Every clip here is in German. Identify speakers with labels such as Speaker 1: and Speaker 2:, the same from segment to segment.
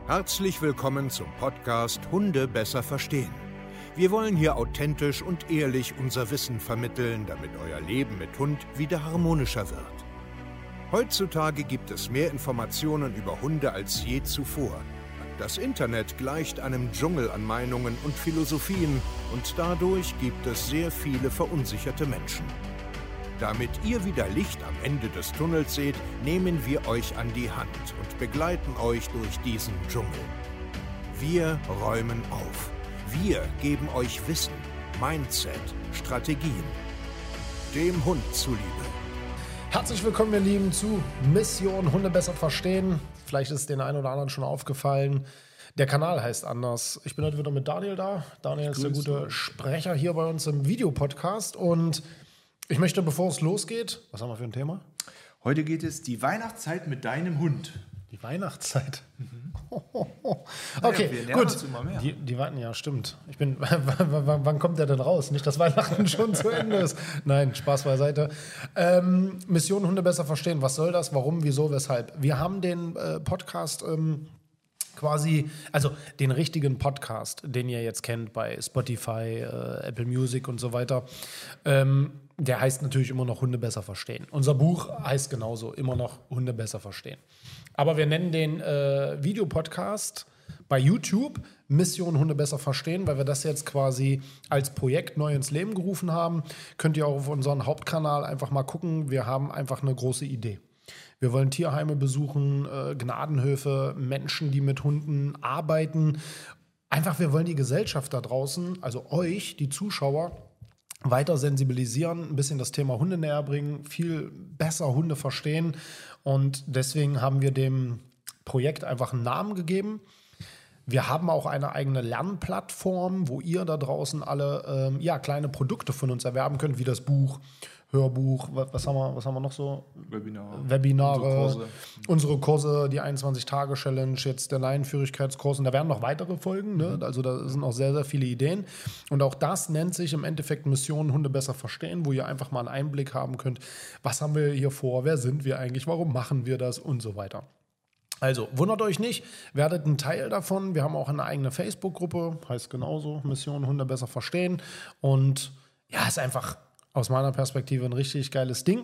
Speaker 1: Herzlich willkommen zum Podcast Hunde besser verstehen. Wir wollen hier authentisch und ehrlich unser Wissen vermitteln, damit euer Leben mit Hund wieder harmonischer wird. Heutzutage gibt es mehr Informationen über Hunde als je zuvor. Das Internet gleicht einem Dschungel an Meinungen und Philosophien und dadurch gibt es sehr viele verunsicherte Menschen. Damit ihr wieder Licht am Ende des Tunnels seht, nehmen wir euch an die Hand und begleiten euch durch diesen Dschungel. Wir räumen auf. Wir geben euch Wissen, Mindset, Strategien. Dem Hund zuliebe.
Speaker 2: Herzlich willkommen, ihr Lieben, zu Mission Hunde besser verstehen. Vielleicht ist den einen oder anderen schon aufgefallen. Der Kanal heißt anders. Ich bin heute wieder mit Daniel da. Daniel ist der gute Sprecher hier bei uns im Videopodcast. Und ich möchte, bevor es losgeht, was haben wir für ein Thema?
Speaker 3: Heute geht es die Weihnachtszeit mit deinem Hund.
Speaker 2: Die Weihnachtszeit.
Speaker 3: Okay,
Speaker 2: naja, gut. Die warten, ja, stimmt. Wann kommt der denn raus? Nicht, dass Weihnachten schon zu Ende ist. Nein, Spaß beiseite. Mission Hunde besser verstehen. Was soll das? Warum? Wieso? Weshalb? Wir haben den Podcast quasi, also den richtigen Podcast, den ihr jetzt kennt bei Spotify, Apple Music und so weiter. Der heißt natürlich immer noch Hunde besser verstehen. Unser Buch heißt genauso, immer noch Hunde besser verstehen. Aber wir nennen den Videopodcast bei YouTube Mission Hunde besser verstehen, weil wir das jetzt quasi als Projekt neu ins Leben gerufen haben. Könnt ihr auch auf unseren Hauptkanal einfach mal gucken. Wir haben einfach eine große Idee. Wir wollen Tierheime besuchen, Gnadenhöfe, Menschen, die mit Hunden arbeiten. Einfach, wir wollen die Gesellschaft da draußen, also euch, die Zuschauer, weiter sensibilisieren, ein bisschen das Thema Hunde näher bringen, viel besser Hunde verstehen. Und deswegen haben wir dem Projekt einfach einen Namen gegeben. Wir haben auch eine eigene Lernplattform, wo ihr da draußen alle kleine Produkte von uns erwerben könnt, wie das Buch, Hörbuch, was haben wir noch so? Webinare, unsere Kurse, die 21-Tage-Challenge, jetzt der Laienführigkeitskurs. Und da werden noch weitere folgen. Ne? Also da sind auch sehr, sehr viele Ideen. Und auch das nennt sich im Endeffekt Mission Hunde besser verstehen, wo ihr einfach mal einen Einblick haben könnt, was haben wir hier vor, wer sind wir eigentlich, warum machen wir das und so weiter. Also, wundert euch nicht, werdet ein Teil davon. Wir haben auch eine eigene Facebook-Gruppe, heißt genauso, Mission Hunde besser verstehen. Und ja, ist einfach aus meiner Perspektive ein richtig geiles Ding.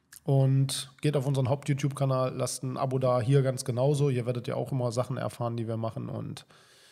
Speaker 2: Und geht auf unseren Haupt-YouTube-Kanal, lasst ein Abo da, hier ganz genauso. Hier werdet ihr auch immer Sachen erfahren, die wir machen. Und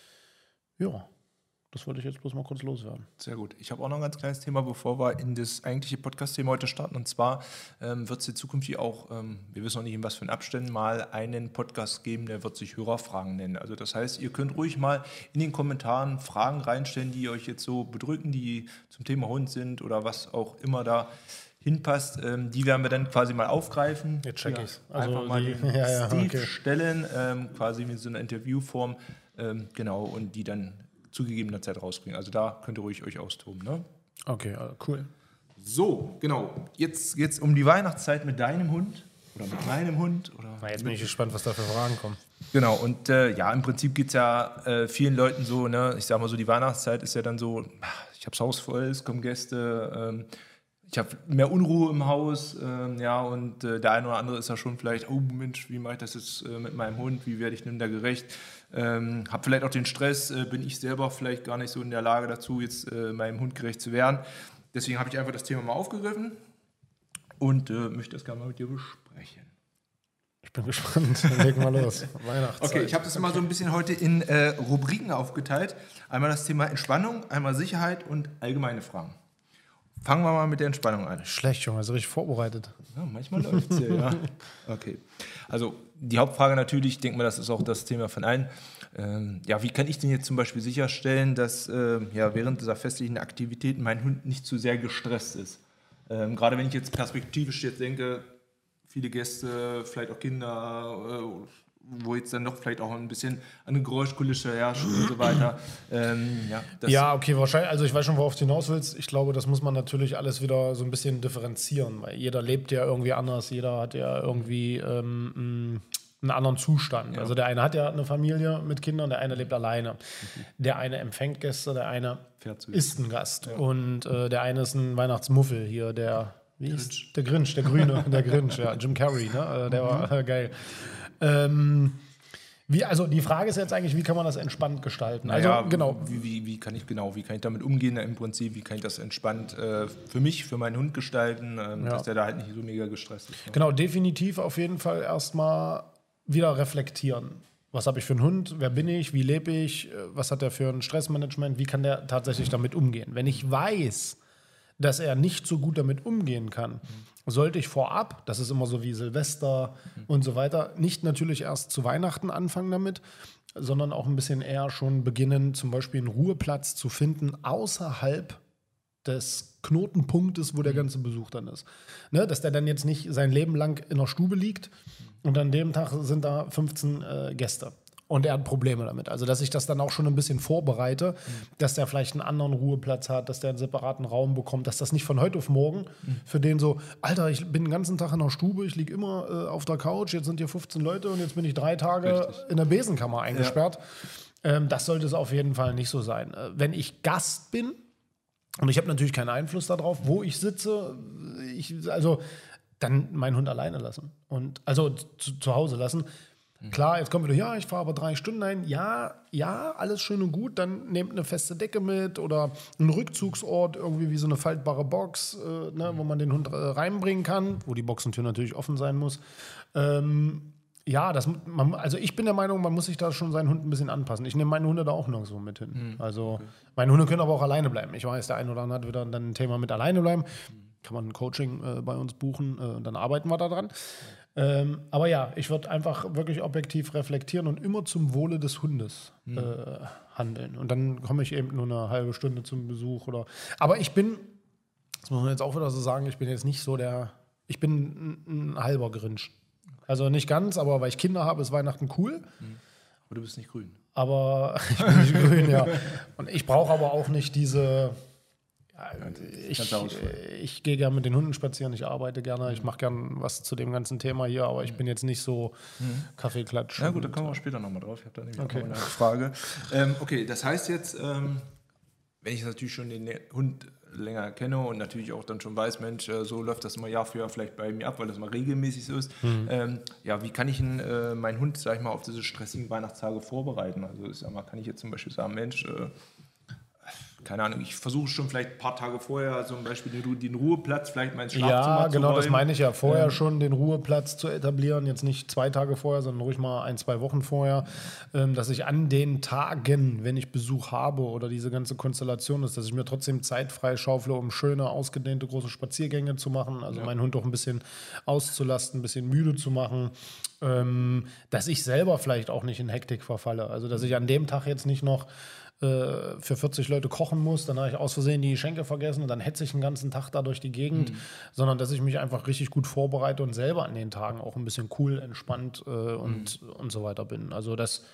Speaker 2: ja, das wollte ich jetzt bloß mal kurz loswerden.
Speaker 3: Sehr gut. Ich habe auch noch ein ganz kleines Thema, bevor wir in das eigentliche Podcast-Thema heute starten. Und zwar wird es zukünftig auch, wir wissen noch nicht in was für einen Abständen, mal einen Podcast geben, der wird sich Hörerfragen nennen. Also das heißt, ihr könnt ruhig mal in den Kommentaren Fragen reinstellen, die euch jetzt so bedrücken, die zum Thema Hund sind oder was auch immer da hinpasst. Die werden wir dann quasi mal aufgreifen.
Speaker 2: Jetzt check ich's.
Speaker 3: Also einfach mal den Steve stellen, quasi wie so eine Interviewform. Genau, und die dann zu gegebener Zeit rausbringen. Also da könnt ihr ruhig euch austoben. Ne?
Speaker 2: Okay, cool.
Speaker 3: So, genau. Jetzt geht's um die Weihnachtszeit mit deinem Hund oder mit meinem Hund. Oder
Speaker 2: jetzt bin ich gespannt, was da für Fragen kommen.
Speaker 3: Genau, und im Prinzip geht es ja vielen Leuten so, ne? Ich sag mal so, die Weihnachtszeit ist ja dann so, ich habe das Haus voll, es kommen Gäste, ich habe mehr Unruhe im Haus, und der eine oder andere ist ja schon vielleicht, oh Mensch, wie mache ich das jetzt mit meinem Hund, wie werde ich denn da gerecht? Habe vielleicht auch den Stress, bin ich selber vielleicht gar nicht so in der Lage dazu, jetzt meinem Hund gerecht zu werden. Deswegen habe ich einfach das Thema mal aufgegriffen und möchte das gerne mal mit dir besprechen.
Speaker 2: Ich bin gespannt, dann legen wir los. Weihnachtszeit.
Speaker 3: Okay, ich habe das mal so ein bisschen heute in Rubriken aufgeteilt. Einmal das Thema Entspannung, einmal Sicherheit und allgemeine Fragen. Fangen wir mal mit der Entspannung an.
Speaker 2: Schlecht, Junge, also richtig vorbereitet.
Speaker 3: Ja, manchmal läuft es ja. Okay. Also die Hauptfrage natürlich, ich denke mal, das ist auch das Thema von allen. Wie kann ich denn jetzt zum Beispiel sicherstellen, dass während dieser festlichen Aktivitäten mein Hund nicht zu sehr gestresst ist? Gerade wenn ich jetzt perspektivisch jetzt denke, viele Gäste, vielleicht auch Kinder, wo jetzt dann noch vielleicht auch ein bisschen eine Geräuschkulisse herrscht und so weiter.
Speaker 2: Okay, wahrscheinlich. Also ich weiß schon, worauf du hinaus willst. Ich glaube, das muss man natürlich alles wieder so ein bisschen differenzieren, weil jeder lebt ja irgendwie anders, jeder hat ja irgendwie einen anderen Zustand. Ja. Also der eine hat ja eine Familie mit Kindern, der eine lebt alleine. Der eine empfängt Gäste, der eine ist ein Gast. Ja. Und der eine ist ein Weihnachtsmuffel hier, der Grinch, der Grüne, der Grinch, ja, Jim Carrey, ne? Der war geil. Also die Frage ist jetzt eigentlich, wie kann man das entspannt gestalten?
Speaker 3: Naja,
Speaker 2: Also genau.
Speaker 3: Wie kann ich damit umgehen im Prinzip? Wie kann ich das entspannt für mich, für meinen Hund gestalten, dass der da halt nicht so mega gestresst ist? Ne?
Speaker 2: Genau, definitiv auf jeden Fall erstmal wieder reflektieren. Was habe ich für einen Hund? Wer bin ich? Wie lebe ich? Was hat der für ein Stressmanagement? Wie kann der tatsächlich damit umgehen? Wenn ich weiß, dass er nicht so gut damit umgehen kann, sollte ich vorab, das ist immer so wie Silvester und so weiter, nicht natürlich erst zu Weihnachten anfangen damit, sondern auch ein bisschen eher schon beginnen, zum Beispiel einen Ruheplatz zu finden außerhalb des Knotenpunktes, wo der ganze Besuch dann ist. Ne, dass der dann jetzt nicht sein Leben lang in der Stube liegt und an dem Tag sind da 15 Gäste. Und er hat Probleme damit. Also, dass ich das dann auch schon ein bisschen vorbereite, dass der vielleicht einen anderen Ruheplatz hat, dass der einen separaten Raum bekommt, dass das nicht von heute auf morgen für den so, Alter, ich bin den ganzen Tag in der Stube, ich liege immer auf der Couch, jetzt sind hier 15 Leute und jetzt bin ich 3 Tage in der Besenkammer eingesperrt. Ja. Das sollte es auf jeden Fall nicht so sein. Wenn ich Gast bin, und ich habe natürlich keinen Einfluss darauf, wo ich sitze, dann meinen Hund alleine lassen. Und also zu Hause lassen. Klar, jetzt kommt wieder, ja, ich fahre aber 3 Stunden ein. Ja, alles schön und gut. Dann nehmt eine feste Decke mit oder einen Rückzugsort, irgendwie wie so eine faltbare Box, wo man den Hund reinbringen kann, wo die Boxentür natürlich offen sein muss. Also ich bin der Meinung, man muss sich da schon seinen Hund ein bisschen anpassen. Ich nehme meine Hunde da auch nirgendwo mit hin. Also meine Hunde können aber auch alleine bleiben. Ich weiß, der eine oder andere hat wieder dann ein Thema mit alleine bleiben. Kann man ein Coaching bei uns buchen und dann arbeiten wir da dran. Aber ja, ich würde einfach wirklich objektiv reflektieren und immer zum Wohle des Hundes handeln. Und dann komme ich eben nur eine halbe Stunde zum Besuch. Aber ich bin, das muss man jetzt auch wieder so sagen, ich bin jetzt nicht so ich bin ein halber Grinch. Also nicht ganz, aber weil ich Kinder habe, ist Weihnachten cool.
Speaker 3: Aber du bist nicht grün.
Speaker 2: Aber ich bin nicht grün, ja. Und ich brauche aber auch nicht diese... Ich gehe gerne mit den Hunden spazieren, ich arbeite gerne, ich mache gerne was zu dem ganzen Thema hier, aber ich bin jetzt nicht so Kaffeeklatsch.
Speaker 3: Na gut, da kommen wir später nochmal drauf. Ich habe da nämlich auch noch eine Frage. Okay, das heißt jetzt, wenn ich natürlich schon den Hund länger kenne und natürlich auch dann schon weiß, Mensch, so läuft das immer Jahr für Jahr vielleicht bei mir ab, weil das mal regelmäßig so ist. Wie kann ich meinen Hund, sag ich mal, auf diese stressigen Weihnachtstage vorbereiten? Also ich sag mal, kann ich jetzt zum Beispiel sagen, Mensch, keine Ahnung, ich versuche schon vielleicht ein paar Tage vorher zum Beispiel den Ruheplatz vielleicht mal ins Schlafzimmer zu räumen. Ja, genau,
Speaker 2: das meine ich ja. Vorher schon den Ruheplatz zu etablieren, jetzt nicht 2 Tage vorher, sondern ruhig mal 1-2 Wochen vorher, dass ich an den Tagen, wenn ich Besuch habe oder diese ganze Konstellation ist, dass ich mir trotzdem Zeit freischaufle, um schöne, ausgedehnte, große Spaziergänge zu machen, also meinen Hund auch ein bisschen auszulasten, ein bisschen müde zu machen, dass ich selber vielleicht auch nicht in Hektik verfalle. Also, dass ich an dem Tag jetzt nicht noch für 40 Leute kochen muss, dann habe ich aus Versehen die Geschenke vergessen und dann hetze ich den ganzen Tag da durch die Gegend, sondern dass ich mich einfach richtig gut vorbereite und selber an den Tagen auch ein bisschen cool, entspannt und so weiter bin. Also das,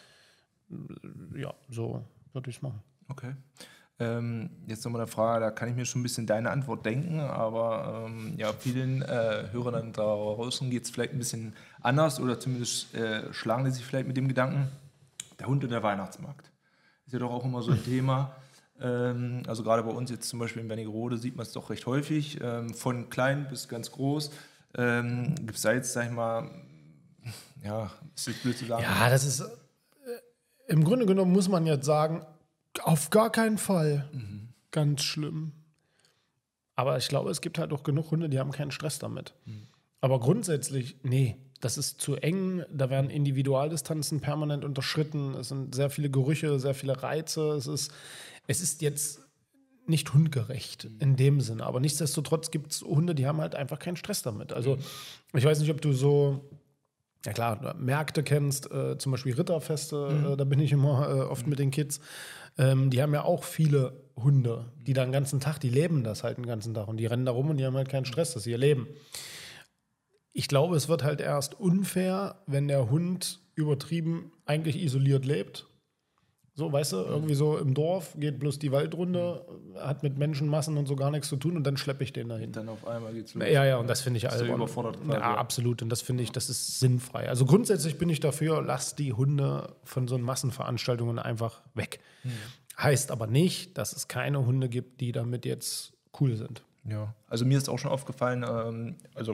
Speaker 2: so würde ich es machen.
Speaker 3: Okay. Jetzt nochmal eine Frage, da kann ich mir schon ein bisschen deine Antwort denken, aber vielen Hörern da draußen geht es vielleicht ein bisschen anders oder zumindest schlagen die sich vielleicht mit dem Gedanken, der Hund und der Weihnachtsmarkt. Ist ja doch auch immer so ein Thema. Also gerade bei uns jetzt zum Beispiel in Wernigerode sieht man es doch recht häufig. Von klein bis ganz groß. Gibt es da jetzt, sag ich mal, ist jetzt blöd zu sagen.
Speaker 2: Ja, das ist, im Grunde genommen muss man jetzt sagen, auf gar keinen Fall. Ganz schlimm. Aber ich glaube, es gibt halt auch genug Hunde, die haben keinen Stress damit. Aber grundsätzlich, nee. Das ist zu eng, da werden Individualdistanzen permanent unterschritten, es sind sehr viele Gerüche, sehr viele Reize, es ist jetzt nicht hundgerecht in dem Sinne, aber nichtsdestotrotz gibt es Hunde, die haben halt einfach keinen Stress damit. Also ich weiß nicht, ob du so, ja klar, Märkte kennst, zum Beispiel Ritterfeste, da bin ich immer oft mit den Kids, die haben ja auch viele Hunde, die da den ganzen Tag, die leben das halt den ganzen Tag und die rennen da rum und die haben halt keinen Stress, das ist ihr Leben. Ich glaube, es wird halt erst unfair, wenn der Hund übertrieben eigentlich isoliert lebt. So, weißt du, irgendwie so im Dorf, geht bloß die Waldrunde, hat mit Menschenmassen und so gar nichts zu tun und dann schleppe ich den dahin.
Speaker 3: Und dann auf einmal geht's los.
Speaker 2: Ja, und das finde ich
Speaker 3: albern. Überfordert quasi.
Speaker 2: Ja, absolut. Und das finde ich, das ist sinnfrei. Also grundsätzlich bin ich dafür, lass die Hunde von so Massenveranstaltungen einfach weg. Heißt aber nicht, dass es keine Hunde gibt, die damit jetzt cool sind.
Speaker 3: Ja, also mir ist auch schon aufgefallen,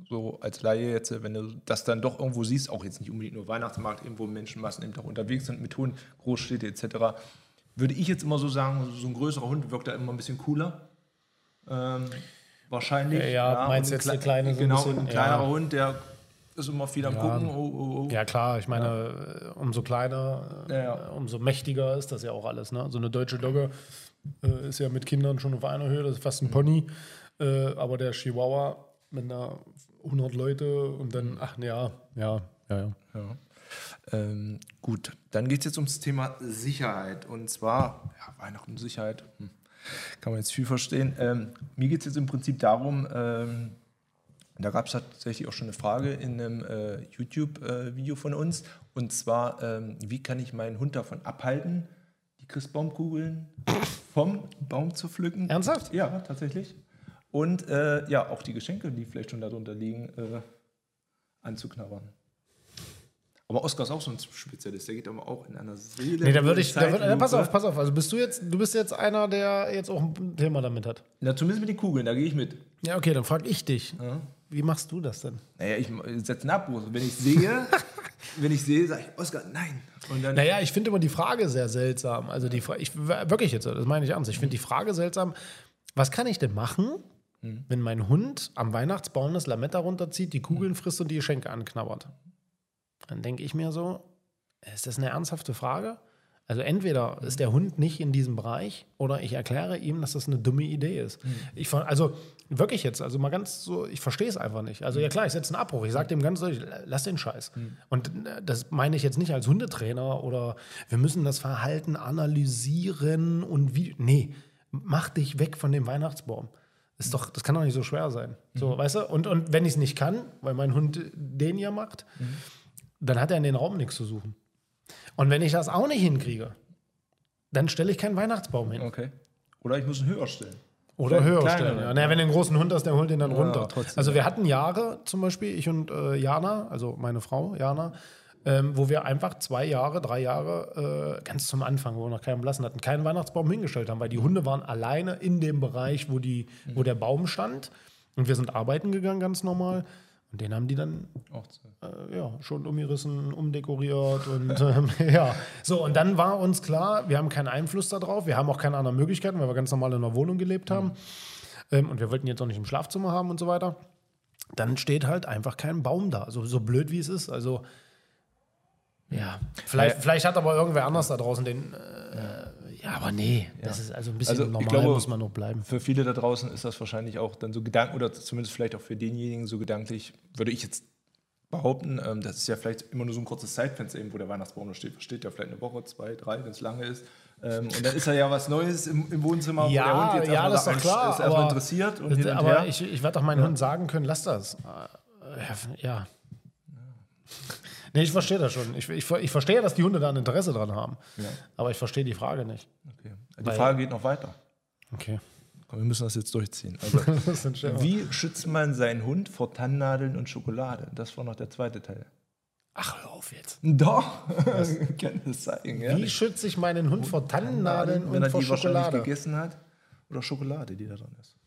Speaker 3: so als Laie jetzt, wenn du das dann doch irgendwo siehst, auch jetzt nicht unbedingt nur Weihnachtsmarkt, irgendwo Menschenmassen eben auch unterwegs sind mit Hunden, Großstädte etc., würde ich jetzt immer so sagen, so ein größerer Hund wirkt da immer ein bisschen cooler. Wahrscheinlich.
Speaker 2: Ja, meinst du jetzt der kleine? So
Speaker 3: genau,
Speaker 2: ein
Speaker 3: ein kleinerer Hund, der ist immer viel am Gucken. Oh.
Speaker 2: Ja klar, ich meine, umso kleiner, umso mächtiger ist das ja auch alles. Ne? So eine deutsche Dogge ist ja mit Kindern schon auf einer Höhe, das ist fast ein Pony. Aber der Chihuahua mit einer 100 Leute und dann, ja.
Speaker 3: Gut, dann geht es jetzt ums Thema Sicherheit. Und zwar, Weihnachten, Sicherheit, kann man jetzt viel verstehen. Mir geht es jetzt im Prinzip darum, da gab es tatsächlich auch schon eine Frage in einem YouTube-Video von uns. Und zwar, wie kann ich meinen Hund davon abhalten, die Christbaumkugeln vom Baum zu pflücken?
Speaker 2: Ernsthaft?
Speaker 3: Ja, tatsächlich. Und auch die Geschenke, die vielleicht schon darunter liegen, anzuknabbern. Aber Oskar ist auch so ein Spezialist, der geht aber auch in einer Seele.
Speaker 2: Nee, pass auf. Also du bist jetzt einer, der jetzt auch ein Thema damit hat.
Speaker 3: Na, zumindest mit den Kugeln, da gehe ich mit.
Speaker 2: Ja, okay, dann frage ich dich. Ja. Wie machst du das denn?
Speaker 3: Naja, ich setze einen Abbruch. Wenn ich sehe, sage ich, Oskar, nein. Und dann
Speaker 2: ich finde immer die Frage sehr seltsam. Also wirklich jetzt, das meine ich ernst. Ich finde die Frage seltsam, was kann ich denn machen, wenn mein Hund am Weihnachtsbaum das Lametta runterzieht, die Kugeln frisst und die Geschenke anknabbert? Dann denke ich mir so, ist das eine ernsthafte Frage? Also entweder ist der Hund nicht in diesem Bereich oder ich erkläre ihm, dass das eine dumme Idee ist. Also wirklich jetzt, also mal ganz so, ich verstehe es einfach nicht. Also ja klar, ich setze einen Abbruch, ich sage dem ganz deutlich, lass den Scheiß. Und das meine ich jetzt nicht als Hundetrainer oder wir müssen das Verhalten analysieren und nee, mach dich weg von dem Weihnachtsbaum. Das kann doch nicht so schwer sein. So, weißt du? Und wenn ich es nicht kann, weil mein Hund den ja macht, dann hat er in den Raum nichts zu suchen. Und wenn ich das auch nicht hinkriege, dann stelle ich keinen Weihnachtsbaum hin.
Speaker 3: Okay. Oder ich muss ihn höher stellen.
Speaker 2: Oder höher stellen. Ja. Naja, wenn du einen großen Hund hast, der holt ihn dann runter.
Speaker 3: Trotzdem.
Speaker 2: Also wir hatten Jahre, zum Beispiel, ich und Jana, also meine Frau, Jana, wo wir einfach 3 Jahre, ganz zum Anfang, wo wir noch keinen Blassen hatten, keinen Weihnachtsbaum hingestellt haben, weil die Hunde waren alleine in dem Bereich, wo der Baum stand. Und wir sind arbeiten gegangen, ganz normal. Und den haben die dann schon umgerissen, umdekoriert und So, und dann war uns klar, wir haben keinen Einfluss darauf, wir haben auch keine anderen Möglichkeiten, weil wir ganz normal in einer Wohnung gelebt haben. Und wir wollten jetzt auch nicht im Schlafzimmer haben und so weiter. Dann steht halt einfach kein Baum da, so blöd wie es ist. Also, vielleicht hat aber irgendwer anders da draußen den... aber nee, das ist also ein bisschen normal, glaube, muss man noch bleiben.
Speaker 3: Für viele da draußen ist das wahrscheinlich auch dann so Gedanken, oder zumindest vielleicht auch für denjenigen so gedanklich, würde ich jetzt behaupten, das ist ja vielleicht immer nur so ein kurzes Zeitfenster, eben, wo der Weihnachtsbaum da steht. Steht ja vielleicht eine Woche, 2, 3, wenn es lange ist. Und dann ist ja was Neues im Wohnzimmer, wo der Hund jetzt erstmal interessiert. Und hin und
Speaker 2: aber
Speaker 3: her.
Speaker 2: Ich werde doch meinen Hund sagen können, lass das. Ja. Nee, ich verstehe das schon. Ich verstehe, dass die Hunde da ein Interesse dran haben. Ja. Aber ich verstehe die Frage nicht.
Speaker 3: Okay. Die Frage geht noch weiter.
Speaker 2: Okay.
Speaker 3: Komm, wir müssen das jetzt durchziehen. Also, wie schützt man seinen Hund vor Tannennadeln und Schokolade? Das war noch der zweite Teil.
Speaker 2: Ach, hör auf jetzt.
Speaker 3: Doch, kann das zeigen.
Speaker 2: Wie schütze ich meinen Hund vor Tannennadeln und vor Schokolade? Wenn er die gegessen hat oder Schokolade, die da drin ist.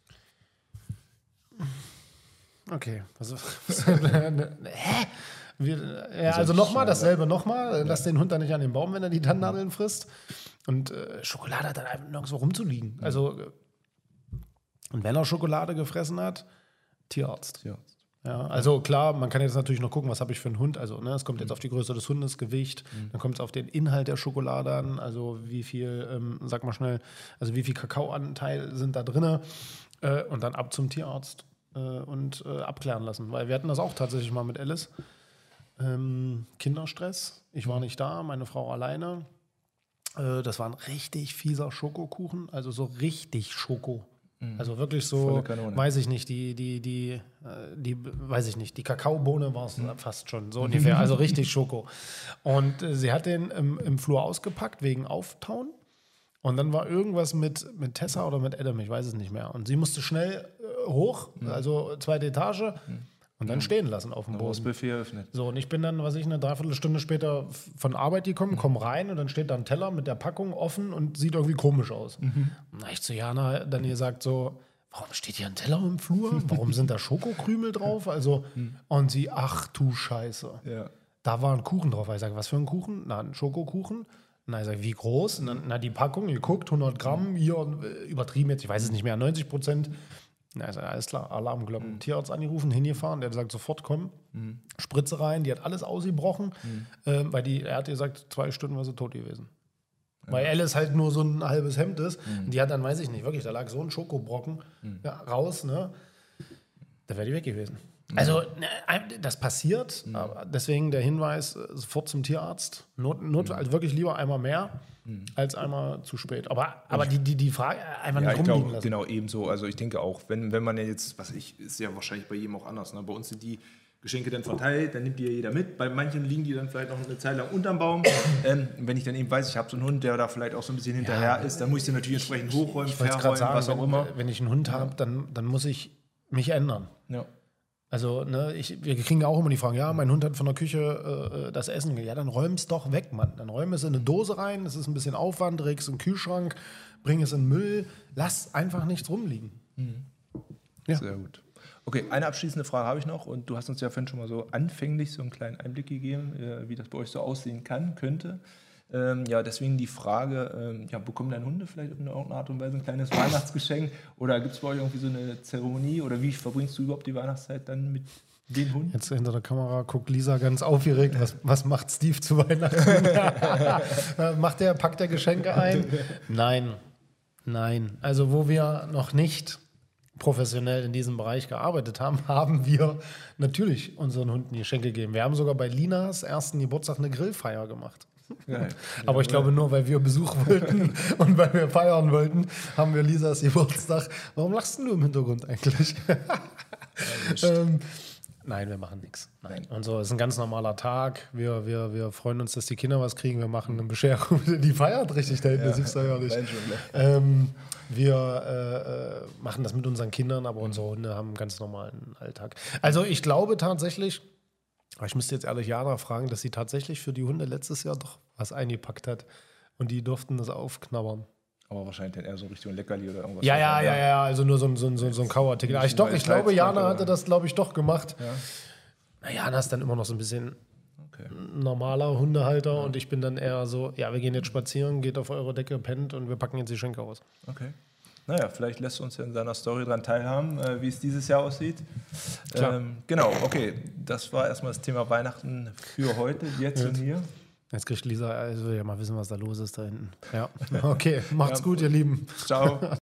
Speaker 2: Okay. Hä? Also nochmal, dasselbe nochmal. Lass den Hund dann nicht an den Baum, wenn er die Tannennadeln frisst. Und Schokolade hat dann einfach nirgendwo rumzuliegen. Also, und wenn er Schokolade gefressen hat, Tierarzt. Ja, also klar, man kann jetzt natürlich noch gucken, was habe ich für einen Hund. Also es kommt jetzt auf die Größe des Hundes, Gewicht, dann kommt es auf den Inhalt der Schokolade an, also wie viel, sag mal schnell, also wie viel Kakaoanteil sind da drin und dann ab zum Tierarzt und abklären lassen. Weil wir hatten das auch tatsächlich mal mit Alice. Kinderstress, ich war nicht da, meine Frau alleine. Das war ein richtig fieser Schokokuchen, also so richtig Schoko. Also wirklich so, weiß ich nicht, die Kakaobohne war es fast schon, so ungefähr, also richtig Schoko. Und sie hat den im Flur ausgepackt wegen Auftauen. Und dann war irgendwas mit Tessa oder mit Adam, ich weiß es nicht mehr. Und sie musste schnell hoch, also 2. Etage. Und dann stehen lassen auf dem Boden.
Speaker 3: Das Buffet eröffnet.
Speaker 2: So, und ich bin dann, eine Dreiviertelstunde später von Arbeit gekommen, komme rein und dann steht da ein Teller mit der Packung offen und sieht irgendwie komisch aus. Und dann habe ich zu Jana dann gesagt so, warum steht hier ein Teller im Flur? Warum sind da Schokokrümel drauf? Also, und sie, ach du Scheiße.
Speaker 3: Ja.
Speaker 2: Da war ein Kuchen drauf. Ich sage, was für ein Kuchen? Na, ein Schokokuchen. Na, ich sage, wie groß? Na, die Packung, geguckt, 100 Gramm, hier übertrieben jetzt, ich weiß es nicht mehr, 90%. Na, ich sage, alles klar, Alarmglocken. Tierarzt angerufen, hingefahren, der hat gesagt, sofort kommen. Spritze rein, die hat alles ausgebrochen, weil er hat gesagt, 2 Stunden war sie tot gewesen. Weil Alice halt nur so ein halbes Hemd ist. Und die hat dann, weiß ich nicht, wirklich, da lag so ein Schokobrocken raus, ne? Da wäre die weg gewesen. Also, das passiert, aber deswegen der Hinweis, sofort zum Tierarzt. Also wirklich lieber einmal mehr als einmal zu spät. Aber die Frage einfach nicht rumliegen lassen.
Speaker 3: Genau, ebenso. Also ich denke auch, wenn man ja jetzt, ist ja wahrscheinlich bei jedem auch anders. Ne? Bei uns sind die Geschenke dann verteilt, dann nimmt die ja jeder mit. Bei manchen liegen die dann vielleicht noch eine Zeit lang unterm Baum. Wenn ich dann eben weiß, ich habe so einen Hund, der da vielleicht auch so ein bisschen hinterher ist, dann muss ich den natürlich entsprechend hochräumen, verräumen, was auch immer.
Speaker 2: Wenn ich einen Hund habe, dann muss ich mich ändern.
Speaker 3: Ja.
Speaker 2: Also, ne, wir kriegen ja auch immer die Fragen, ja, mein Hund hat von der Küche das Essen, ja, dann räum es doch weg, Mann. Dann räum es in eine Dose rein, das ist ein bisschen Aufwand, reg es in den Kühlschrank, bring es in den Müll, lass einfach nichts rumliegen. Ja.
Speaker 3: Sehr gut. Okay, eine abschließende Frage habe ich noch und du hast uns ja vorhin schon mal so anfänglich so einen kleinen Einblick gegeben, wie das bei euch so aussehen könnte. Deswegen die Frage, bekommen deine Hunde vielleicht in irgendeiner Art und Weise ein kleines Weihnachtsgeschenk oder gibt es bei euch irgendwie so eine Zeremonie oder wie verbringst du überhaupt die Weihnachtszeit dann mit den Hunden?
Speaker 2: Jetzt hinter der Kamera guckt Lisa ganz aufgeregt, was macht Steve zu Weihnachten? Packt der Geschenke ein? Nein. Also wo wir noch nicht professionell in diesem Bereich gearbeitet haben, haben wir natürlich unseren Hunden Geschenke gegeben. Wir haben sogar bei Linas ersten Geburtstag eine Grillfeier gemacht.
Speaker 3: Geil.
Speaker 2: Aber ich glaube nur, weil wir Besuch wollten und weil wir feiern wollten, haben wir Lisas Geburtstag. Warum lachst du im Hintergrund eigentlich? Nein, wir machen nichts. Nein. Und so ist ein ganz normaler Tag. Wir freuen uns, dass die Kinder was kriegen. Wir machen eine Bescherung. Die feiert richtig da hinten, das ist ja nicht. Wir machen das mit unseren Kindern, aber unsere Hunde haben einen ganz normalen Alltag. Also ich glaube tatsächlich, ich müsste jetzt ehrlich Jana fragen, dass sie tatsächlich für die Hunde letztes Jahr doch was eingepackt hat. Und die durften das aufknabbern.
Speaker 3: Aber wahrscheinlich dann eher so Richtung Leckerli oder irgendwas.
Speaker 2: Ja, also nur so ein Kauartikel. Ich glaube, Jana hatte das, glaube ich, doch gemacht. Ja. Na, Jana ist dann immer noch so ein bisschen normaler Hundehalter und ich bin dann eher so, ja, wir gehen jetzt spazieren, geht auf eure Decke, pennt und wir packen jetzt die Geschenke aus.
Speaker 3: Okay. Naja, vielleicht lässt du uns ja in seiner Story dran teilhaben, wie es dieses Jahr aussieht. Genau, okay. Das war erstmal das Thema Weihnachten für heute, jetzt und hier.
Speaker 2: Jetzt kriegt Lisa, also ja mal wissen, was da los ist da hinten. Ja, okay. Macht's gut, ihr Lieben.
Speaker 3: Ciao.